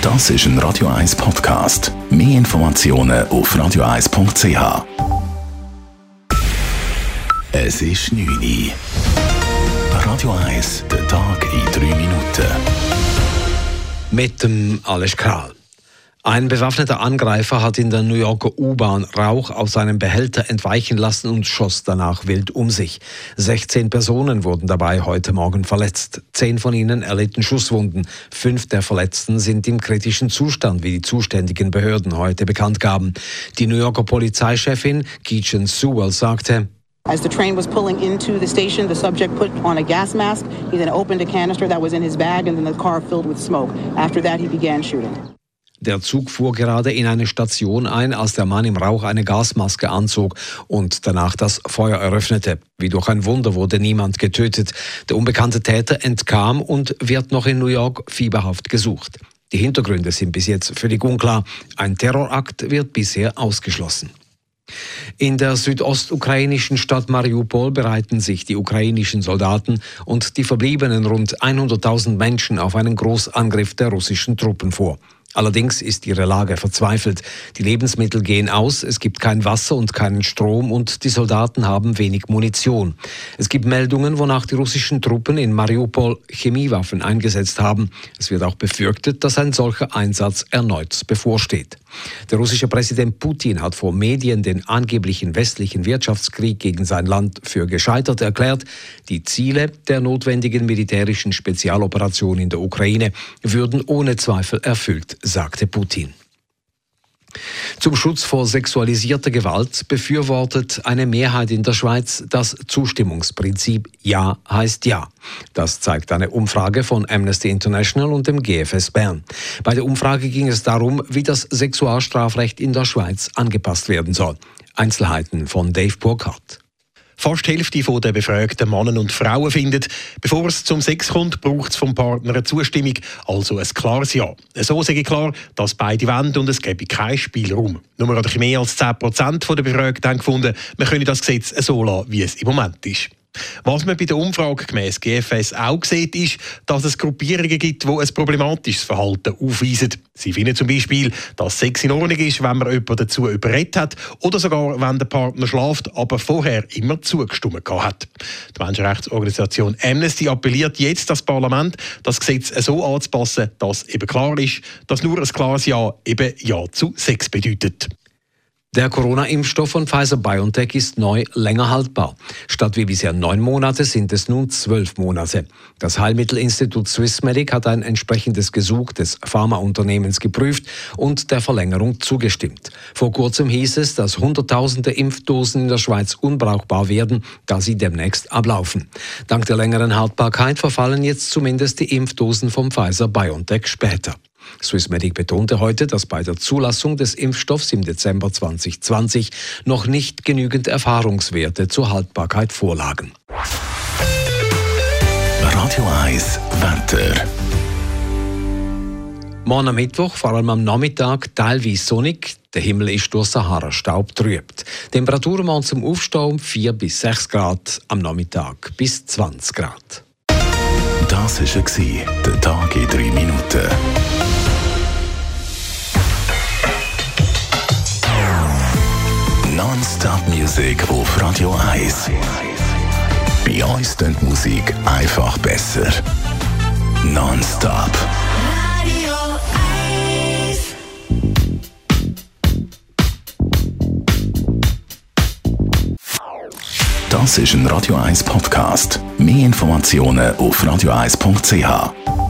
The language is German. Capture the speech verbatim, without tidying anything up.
Das ist ein Radio eins Podcast. Mehr Informationen auf radio eins punkt c h. Es ist neun Uhr. Radio eins, der Tag in drei Minuten. Mit dem Alles Kral. Ein bewaffneter Angreifer hat in der New Yorker U-Bahn Rauch aus einem Behälter entweichen lassen und schoss danach wild um sich. sechzehn Personen wurden dabei heute Morgen verletzt. Zehn von ihnen erlitten Schusswunden. Fünf der Verletzten sind im kritischen Zustand, wie die zuständigen Behörden heute bekannt gaben. Die New Yorker Polizeichefin Keechant Sewell sagte: As the train was pulling into the station, the subject put on a gas mask. He then opened a canister that was in his bag and then the car filled with smoke. After that, he began shooting. Der Zug fuhr gerade in eine Station ein, als der Mann im Rauch eine Gasmaske anzog und danach das Feuer eröffnete. Wie durch ein Wunder wurde niemand getötet. Der unbekannte Täter entkam und wird noch in New York fieberhaft gesucht. Die Hintergründe sind bis jetzt völlig unklar. Ein Terrorakt wird bisher ausgeschlossen. In der südostukrainischen Stadt Mariupol bereiten sich die ukrainischen Soldaten und die verbliebenen rund hunderttausend Menschen auf einen Großangriff der russischen Truppen vor. Allerdings ist ihre Lage verzweifelt. Die Lebensmittel gehen aus, es gibt kein Wasser und keinen Strom und die Soldaten haben wenig Munition. Es gibt Meldungen, wonach die russischen Truppen in Mariupol Chemiewaffen eingesetzt haben. Es wird auch befürchtet, dass ein solcher Einsatz erneut bevorsteht. Der russische Präsident Putin hat vor Medien den angeblichen westlichen Wirtschaftskrieg gegen sein Land für gescheitert erklärt. Die Ziele der notwendigen militärischen Spezialoperation in der Ukraine würden ohne Zweifel erfüllt, sagte Putin. Zum Schutz vor sexualisierter Gewalt befürwortet eine Mehrheit in der Schweiz das Zustimmungsprinzip Ja heißt Ja. Das zeigt eine Umfrage von Amnesty International und dem G F S Bern. Bei der Umfrage ging es darum, wie das Sexualstrafrecht in der Schweiz angepasst werden soll. Einzelheiten von Dave Burkhardt. Fast die Hälfte der befragten Männer und Frauen findet, bevor es zum Sex kommt, braucht es vom Partner eine Zustimmung, also ein klares Ja. So sage ich klar, dass beide wollen und es gebe keinen Spielraum. Nur ein bisschen mehr als zehn Prozent der Befragten haben gefunden, man könne das Gesetz so lassen, wie es im Moment ist. Was man bei der Umfrage gemäss G F S auch sieht, ist, dass es Gruppierungen gibt, die ein problematisches Verhalten aufweisen. Sie finden zum Beispiel, dass Sex in Ordnung ist, wenn man jemanden dazu überredet hat oder sogar, wenn der Partner schläft, aber vorher immer zugestimmt hat. Die Menschenrechtsorganisation Amnesty appelliert jetzt das Parlament, das Gesetz so anzupassen, dass eben klar ist, dass nur ein klares Ja eben Ja zu Sex bedeutet. Der Corona-Impfstoff von Pfizer-BioNTech ist neu länger haltbar. Statt wie bisher neun Monate sind es nun zwölf Monate. Das Heilmittelinstitut Swissmedic hat ein entsprechendes Gesuch des Pharmaunternehmens geprüft und der Verlängerung zugestimmt. Vor kurzem hieß es, dass Hunderttausende Impfdosen in der Schweiz unbrauchbar werden, da sie demnächst ablaufen. Dank der längeren Haltbarkeit verfallen jetzt zumindest die Impfdosen von Pfizer-BioNTech später. Swissmedic betonte heute, dass bei der Zulassung des Impfstoffs im Dezember zwanzig zwanzig noch nicht genügend Erfahrungswerte zur Haltbarkeit vorlagen. Radio eins Wetter. Morgen am Mittwoch, vor allem am Nachmittag, teilweise sonnig. Der Himmel ist durch Sahara-Staub trübt. Temperaturen morgen zum Aufstau vier bis sechs Grad, am Nachmittag bis zwanzig Grad. Das war der Tag in drei Minuten. Non-Stop-Musik auf Radio eins. Bei uns klingt die Musik einfach besser. Non-Stop. Radio eins. Das ist ein Radio eins Podcast. Mehr Informationen auf radio eins punkt c h.